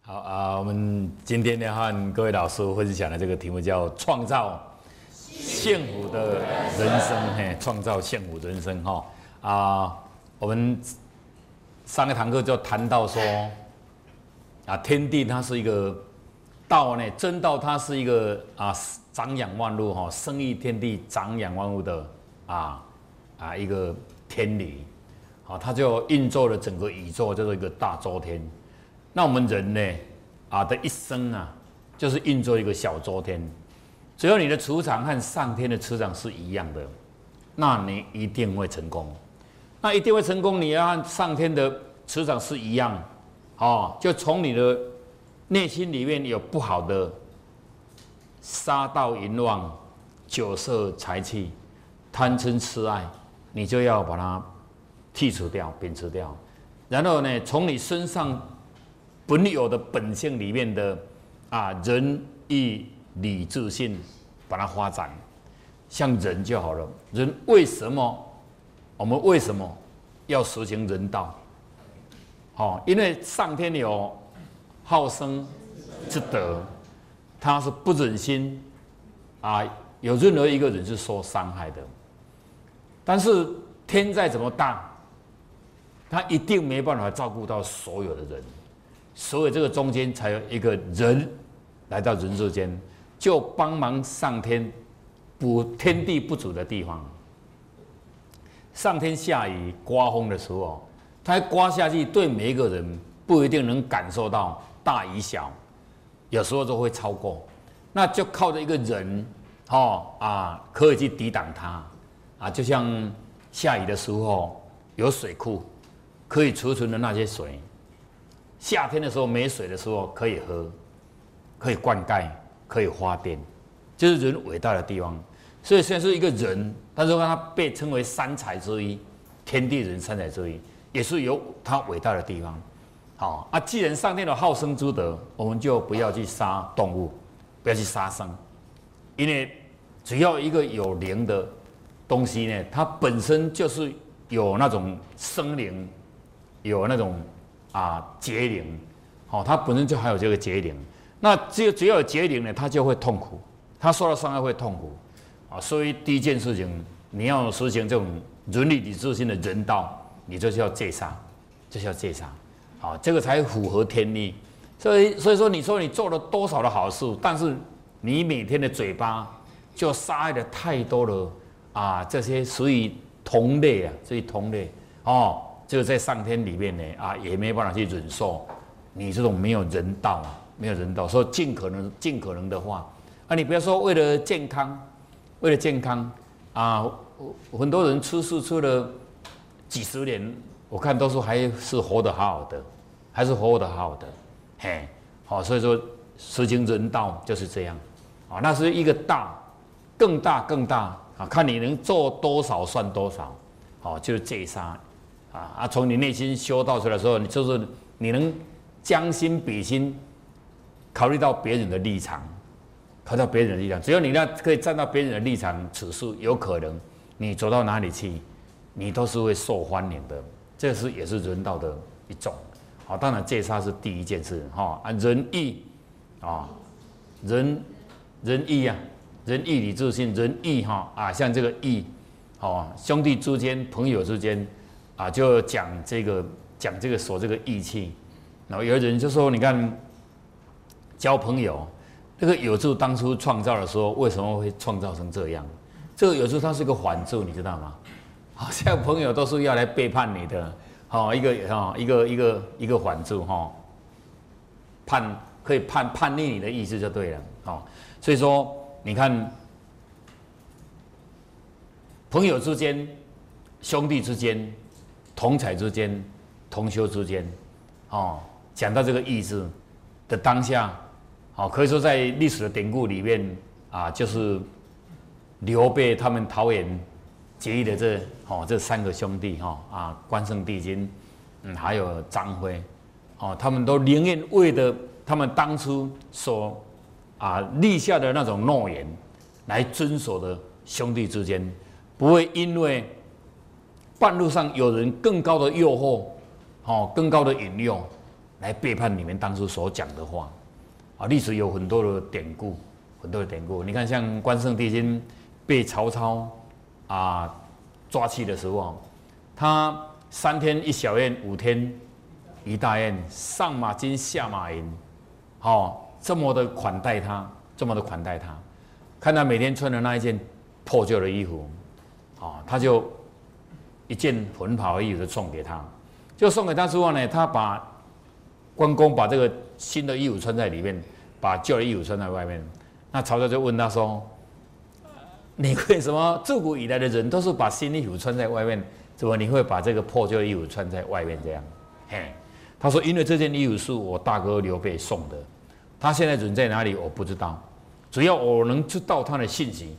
好啊，我们今天呢和各位老师分享的这个题目叫“创造幸福的人生”，嘿，创造幸福人生哈我们上一堂课就谈到说天地它是一个道呢，真道它是一个长养万物哈，生育天地、长养万物的一个天理，它就运作了整个宇宙，叫做一个大周天。那我们人呢的一生就是运作一个小周天。只要你的磁场和上天的磁场是一样的，那你一定会成功。那一定会成功，你要和上天的磁场是一样，就从你的内心里面有不好的杀盗淫妄、酒色财气、贪嗔痴爱，你就要把它剔除掉、摒除掉。然后呢，从你身上本有的本性里面的仁义礼智信，把它发展，像人就好了。人我们为什么要实行人道？因为上天有好生之德，他是不忍心有任何一个人是受伤害的。但是天再怎么大，他一定没办法照顾到所有的人。所以这个中间才有一个人来到人世间，就帮忙上天补天地不足的地方。上天下雨刮风的时候，它刮下去，对每一个人不一定能感受到大与小，有时候都会超过。那就靠着一个人可以去抵挡它就像下雨的时候有水库可以储存的那些水。夏天的时候没水的时候可以喝，可以灌溉，可以发电，就是人伟大的地方。所以虽然是一个人，但是他被称为三才之一，天地人三才之一，也是有他伟大的地方。既然上天有好生之德，我们就不要去杀动物，不要去杀生，因为只要一个有灵的东西呢，它本身就是有那种生灵，有那种结灵，它本身就还有这个结灵。那只要有结灵呢，它就会痛苦，它受到伤害会痛苦所以第一件事情，你要实行这种伦理礼智信的人道，你就是要戒杀，这个才符合天意。所以说，你说你做了多少的好事，但是你每天的嘴巴就杀害了太多的这些属于同类这个在上天里面呢也没办法去忍受你这种没有人道所以尽可能的话你不要说为了健康很多人吃素吃了几十年，我看都说还是活得好好的，所以说实行人道就是这样那是一个更大看你能做多少算多少就是戒杀。从你内心修道出来的时候，就是你能将心比心，考虑到别人的立场，只要你可以站到别人的立场处事，有可能你走到哪里去，你都是会受欢迎的。这也是人道的一种。当然戒杀是第一件事仁义仁义礼智信，仁义像这个义兄弟之间、朋友之间。就讲这个说这个义气，然后有人就说，你看交朋友，这个有助当初创造的时候，为什么会创造成这样？这个有助它是个缓助，你知道吗？像朋友都是要来背叛你的，一个缓助可以叛逆你的意思就对了所以说你看朋友之间、兄弟之间。同才之间、同修之间，讲到这个义字的当下，可以说在历史的典故里面就是刘备他们桃园结义的这三个兄弟关圣帝君，还有张飞，他们都宁愿为了他们当初所立下的那种诺言来遵守的兄弟之间，不会因为半路上有人更高的诱惑，更高的引诱， 来背叛你们当初所讲的话。啊，历史有很多的典故，很多的典故。你看，像关圣帝君被曹操抓去的时候，他3天一小宴，5天一大宴，上马金下马银，这么的款待他，这么的款待他。看他每天穿的那一件破旧的衣服，他就一件混袍的衣服就送给他。就送给他之后呢，他把关公把这个新的衣服穿在里面，把旧的衣服穿在外面。那曹操就问他说：“你为什么自古以来的人都是把新衣服穿在外面，怎么你会把这个破旧的衣服穿在外面这样？”他说：“因为这件衣服是我大哥刘备送的，他现在人在哪里我不知道，只要我能知道他的信息，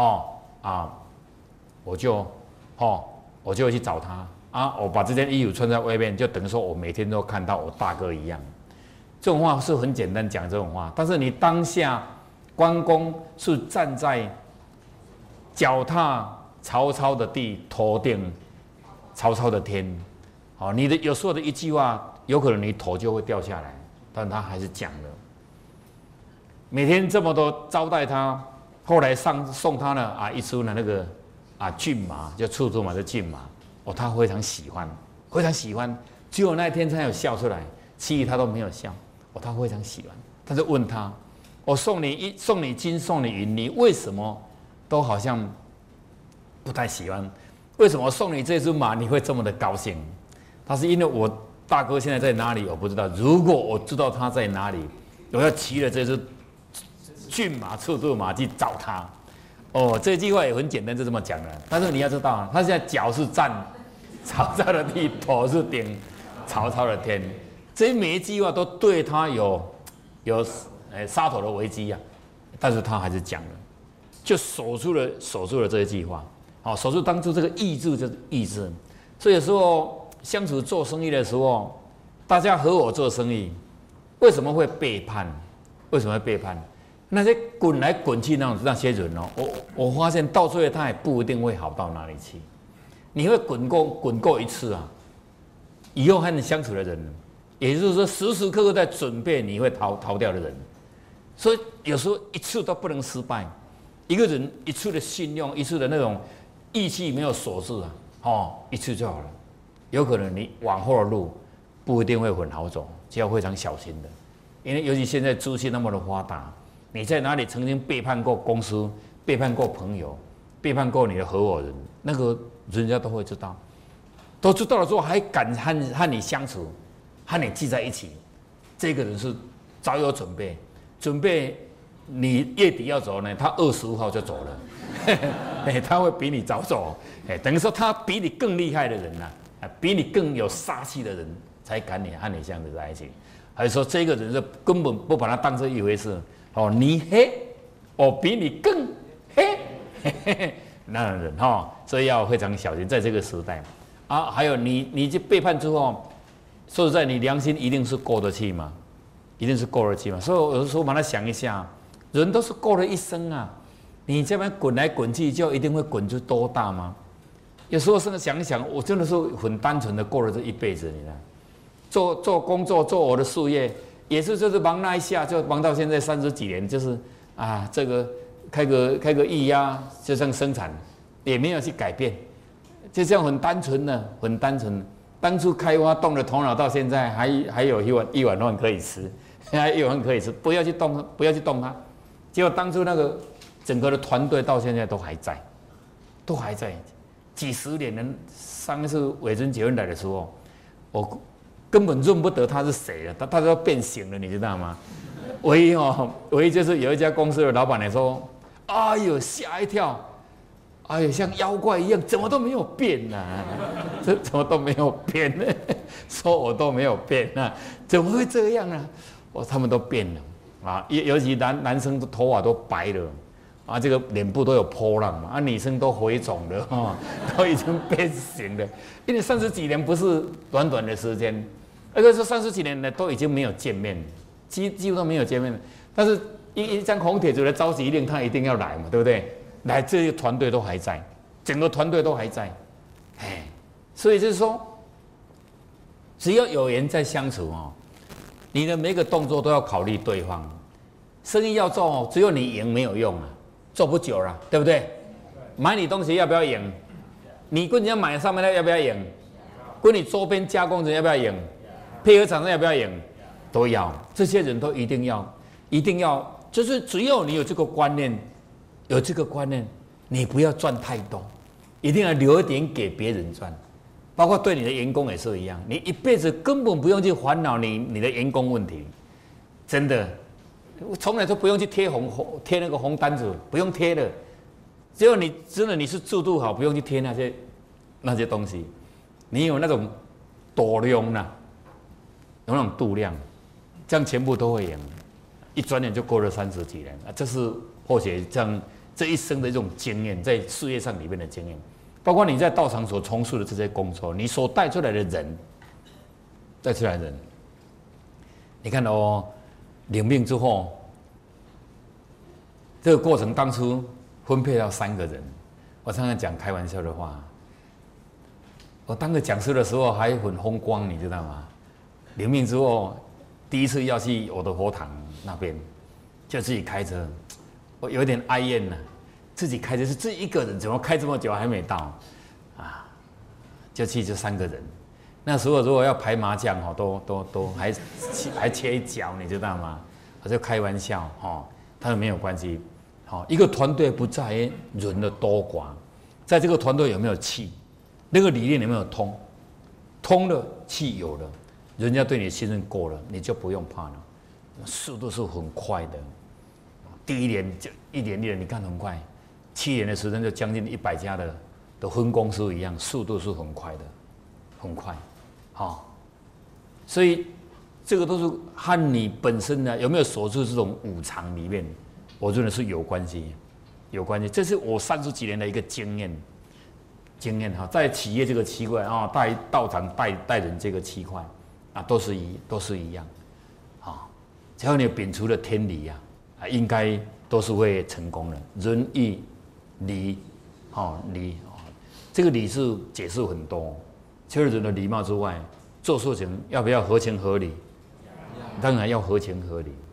我就会去找他。”我把这件衣服穿在外面，就等于说我每天都看到我大哥一样。这种话是很简单讲这种话，但是你当下关公是站在脚踏曹操的地，头顶曹操的天。你的有时候的一句话，有可能你头就会掉下来，但他还是讲了。每天这么多招待他，后来送他呢一出呢那个骏马，就赤兔马的骏马。他非常喜欢，非常喜欢。只有那一天才有笑出来，其余他都没有笑。他非常喜欢。他就问他：“我送你金，送你银，你为什么都好像不太喜欢？为什么送你这只马你会这么的高兴？”他是因为我大哥现在在哪里我不知道。如果我知道他在哪里，我要骑了这只骏马、赤兔马去找他。这句话也很简单，就这么讲的。但是你要知道，他现在脚是站曹操的地，头是顶曹操的天，这每一句话都对他有杀头的危机但是他还是讲了，就守住了这一句话。守住当初这个意志就是意志。所以有时候相处做生意的时候，大家合伙做生意，为什么会背叛？为什么会背叛？那些滚来滚去那些人我发现到最后他也不一定会好到哪里去。你会滚过一次以后和你相处的人，也就是说时时刻刻在准备你会逃掉的人。所以有时候一次都不能失败。一个人一次的信用，一次的那种义气没有锁住一次就好了。有可能你往后的路不一定会很好走，就要非常小心的。因为尤其现在资讯那么的发达。你在哪里曾经背叛过公司、背叛过朋友、背叛过你的合伙人，那个人家都会知道，都知道了之后还敢和你相处，和你聚在一起，这个人是早有准备，准备你月底要走呢，他25号就走了，他会比你早走，等于说他比你更厉害的人比你更有杀气的人才敢和你相处在一起，还是说这个人是根本不把他当成一回事。你黑，我比你更黑，那种人所以要非常小心，在这个时代还有你去背叛之后，说实在，你良心一定是过得去吗？一定是过得去吗？所以有的时候把它想一下，人都是过了一生你这边滚来滚去，就一定会滚出多大吗？有时候是想一想，我真的是很单纯的过了这一辈子，你看，做工作，做我的事业。也是就是忙那一下，就忙到现在30几年，就是这个开个亿就这样生产，也没有去改变，就这样很单纯的，很单纯。当初开发动了头脑，到现在还有一碗饭可以吃，还有1碗可以吃，不要去动它。结果当初那个整个的团队到现在都还在，几十年了。上一次伟珍结婚来的时候，我根本认不得他是谁了，他都变形了，你知道吗？唯一就是有一家公司的老板来说：“哎呦，吓一跳，哎呦，像妖怪一样，怎么都没有变这怎么都没有变呢？说我都没有变怎么会这样呢？他们都变了尤其男生的头发都白了这个脸部都有波浪嘛女生都回肿了都已经变形了，因为30几年不是短短的时间。那个是30几年呢，都已经没有见面，几乎都没有见面。但是一张红帖子的召集令，他一定要来嘛，对不对？来，这些团队都还在，整个团队都还在，所以就是说，只要有缘在相处你的每个动作都要考虑对方。生意要做，只有你赢没有用啊，做不久了，对不对？买你东西要不要赢？你跟人家买上面的要不要赢？跟你周边加工人要不要赢？配合厂商要不要赢？都要，这些人都一定要，就是只有你有这个观念，你不要赚太多，一定要留一点给别人赚，包括对你的员工也是一样，你一辈子根本不用去烦恼你的员工问题，真的，从来都不用去贴那个红单子，不用贴的，只有你真的你是制度好，不用去贴那些东西，你有那种度量啦，有那种度量。这样全部都会赢，一转眼就过了30几年啊！这是或许这一生的一种经验，在事业上里面的经验，包括你在道场所从事的这些工作，你所带出来的人，你看哦，领命之后，这个过程当初分配到3个人，我常常讲开玩笑的话，我当个讲师的时候还很风光，你知道吗？领命之后。第一次要去我的佛堂那边，就自己开车，我有点哀怨了。自己开车是自己一个人，怎么开这么久还没到？啊，就去这3个人。那时候如果要排麻将哦，都还切一脚，你知道吗？我就开玩笑哦，他说没有关系。好，一个团队不在于人的多寡，在这个团队有没有气，那个理念有没有通了，气有了。人家对你的信任过了，你就不用怕了，速度是很快的。第1年就1年，你看很快，7年的时间就将近100家的分公司一样，速度是很快的，很快，好，所以这个都是和你本身呢有没有锁住这种五常里面，我认为是有关系，这是我30几年的一个经验哈，在企业这个区块啊，带道场带人这个区块。啊，都是一样，啊，只要你摒除了天理啊，应该都是会成功的。仁义礼，礼，这个礼是解释很多，除了人的礼貌之外，做事情要不要合情合理？当然要合情合理，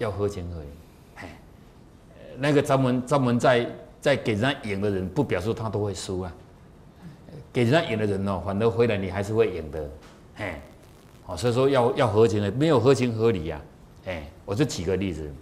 那个专门在给人家赢的人，不表示他都会输啊。给人家赢的人哦，反而回来你还是会赢的，所以说要合情的，没有合情合理呀、我就举个例子，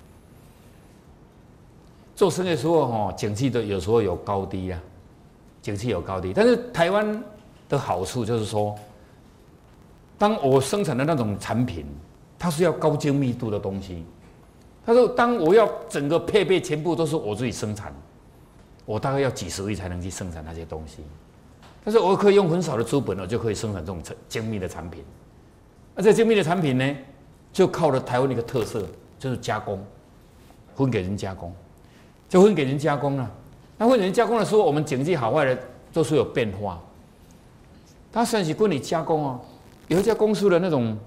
做生意的时候景气的有时候有高低啊，但是台湾的好处就是说，当我生产的那种产品，它是要高精密度的东西，他说当我要整个配备全部都是我自己生产，我大概要几10亿才能去生产那些东西，但是我可以用很少的资本，我就可以生产这种精密的产品。而这精密的产品呢，就靠了台湾的一个特色，就是加工，分给人加工，就分给人加工了。那分给人加工的时候，我们经济好坏的都是有变化。他算是跟你加工哦，有一家公司的那种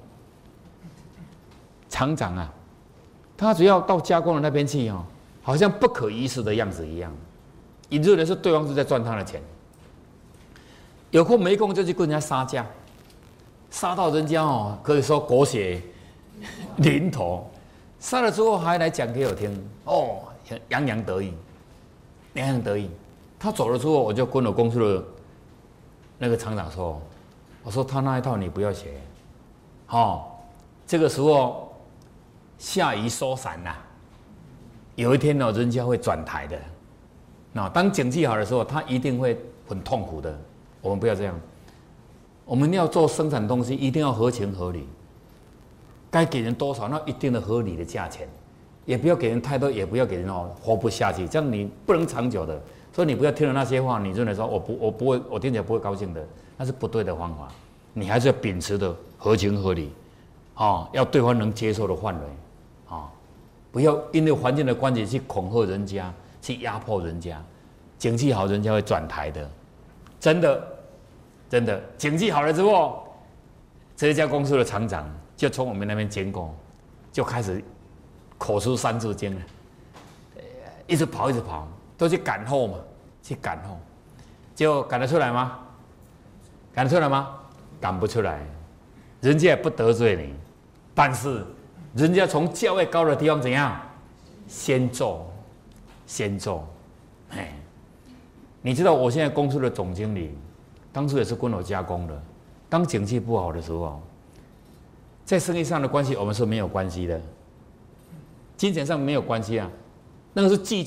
厂长啊，他只要到加工的那边去哦，好像不可一世的样子一样，一日的是对方是在赚他的钱，有空没空就去跟人家杀价。杀到人家哦，可以说狗血淋头，杀了之后还来讲给我听，哦，洋洋得意。他走了之后，我就跟我公司的那个厂长说，我说他那一套你不要学，这个时候下雨收伞呐，有一天呢，人家会转台的。那当经济好的时候，他一定会很痛苦的。我们不要这样。我们要做生产东西，一定要合情合理，该给人多少，那一定的合理的价钱，也不要给人太多，也不要给人活不下去，这样你不能长久的。所以你不要听了那些话，你认为说我不会，我听起来不会高兴的，那是不对的方法。你还是要秉持的合情合理，要对方能接受的范围，不要因为环境的关系去恐吓人家，去压迫人家。经济好，人家会转台的，真的，经济好了之后，这一家公司的厂长就从我们那边经过，就开始口出三字经了，一直跑，都去赶货嘛，结果赶得出来吗？赶不出来，人家也不得罪你， 但是人家从价位高的地方怎样？先做，先做。哎，你知道我现在公司的总经理，当初也是跟我加工的。当景气不好的时候，在生意上的关系我们是没有关系的，金钱上没有关系啊，那个是计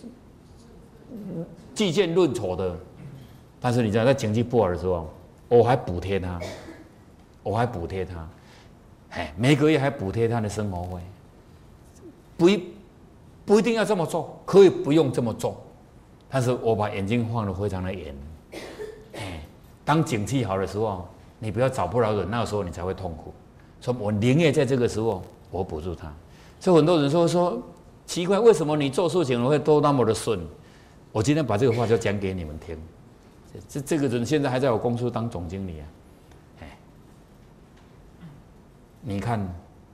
件论酬的。但是你知道，在经济不好的时候，我还补贴他，哎，每个月还补贴他的生活费。不一定要这么做，可以不用这么做，但是我把眼睛放得非常的严。哎，当景气好的时候，你不要找不着人，那个时候你才会痛苦。所以我宁愿在这个时候我补助他。所以很多人说奇怪，为什么你做事情会都那么的顺？我今天把这个话就讲给你们听。这个人现在还在我公司当总经理啊。哎，你看，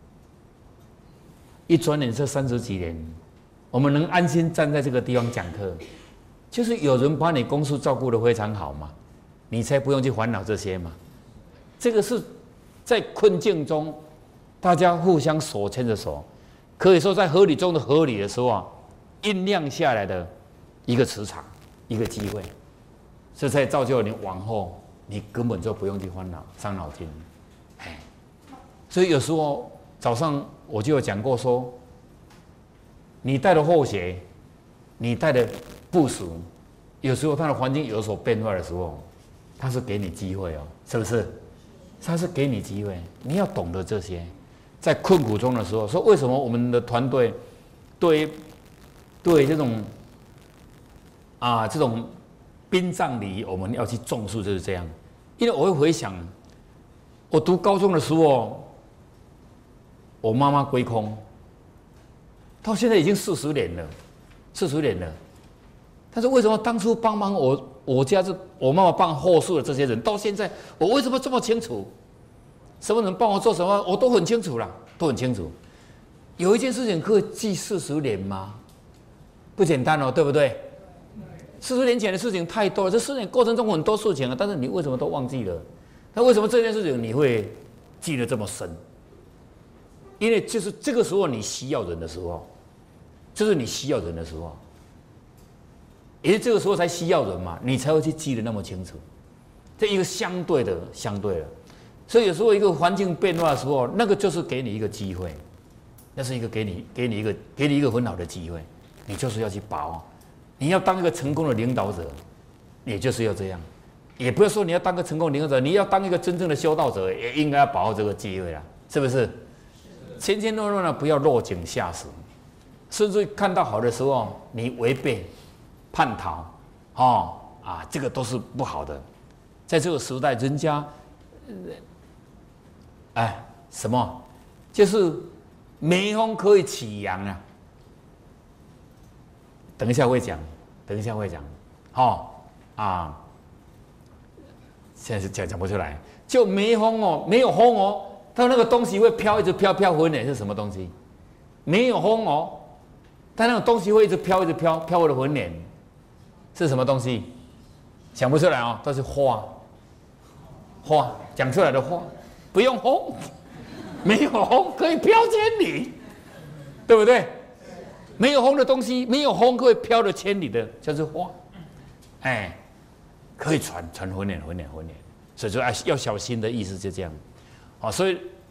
一转眼这30几年，我们能安心站在这个地方讲课，就是有人把你公司照顾得非常好嘛，你才不用去烦恼这些嘛。这个是在困境中，大家互相手牵着手，可以说在合理中的合理的时候啊，酝酿下来的一个磁场，一个机会，这才造就你往后你根本就不用去烦恼伤脑筋。哎，所以有时候早上我就有讲过说，你带的后学，你带的部署，有时候它的环境有所变化的时候，它是给你机会哦，是不是？它是给你机会，你要懂得这些。在困苦中的时候，说为什么我们的团队对这种殡葬礼仪我们要去重视，就是这样。因为我会回想，我读高中的时候，我妈妈归空，到现在已经40年了，40年了。但是为什么当初帮忙我家我妈妈办后事的这些人，到现在我为什么这么清楚？什么人帮我做什么，我都很清楚啦，都很清楚。有一件事情可以记40年吗？不简单哦，对不对？40年前的事情太多了，这40年过程中很多事情啊，但是你为什么都忘记了？那为什么这件事情你会记得这么深？因为就是这个时候你需要人的时候，就是你需要人的时候，也是这个时候才需要人嘛，你才会去记得那么清楚。这一个相对的，所以有时候一个环境变化的时候，那个就是给你一个机会，那是一个给你一个很好的机会，你就是要去把握。你要当一个成功的领导者，也就是要这样。也不要说你要当个成功的领导者，你要当一个真正的修道者，也应该要把握这个机会啦，是不是？千千万万不要落井下石，甚至看到好的时候，你违背、叛逃，这个都是不好的。在这个时代，人家，什么，就是梅风可以起扬啊。等一下会讲，现在是讲不出来，就没风哦，没有风哦，它那个东西会飘，一直飘回来是什么东西？没有风哦，但那种东西会一直飘回的魂脸，是什么东西？想不出来哦，都是花，讲出来的话，不用风，没有风可以飘千里，对不对？没有风的东西，没有风可以飘了千里的，就是花，可以传魂脸，所以说要小心的意思就这样，所以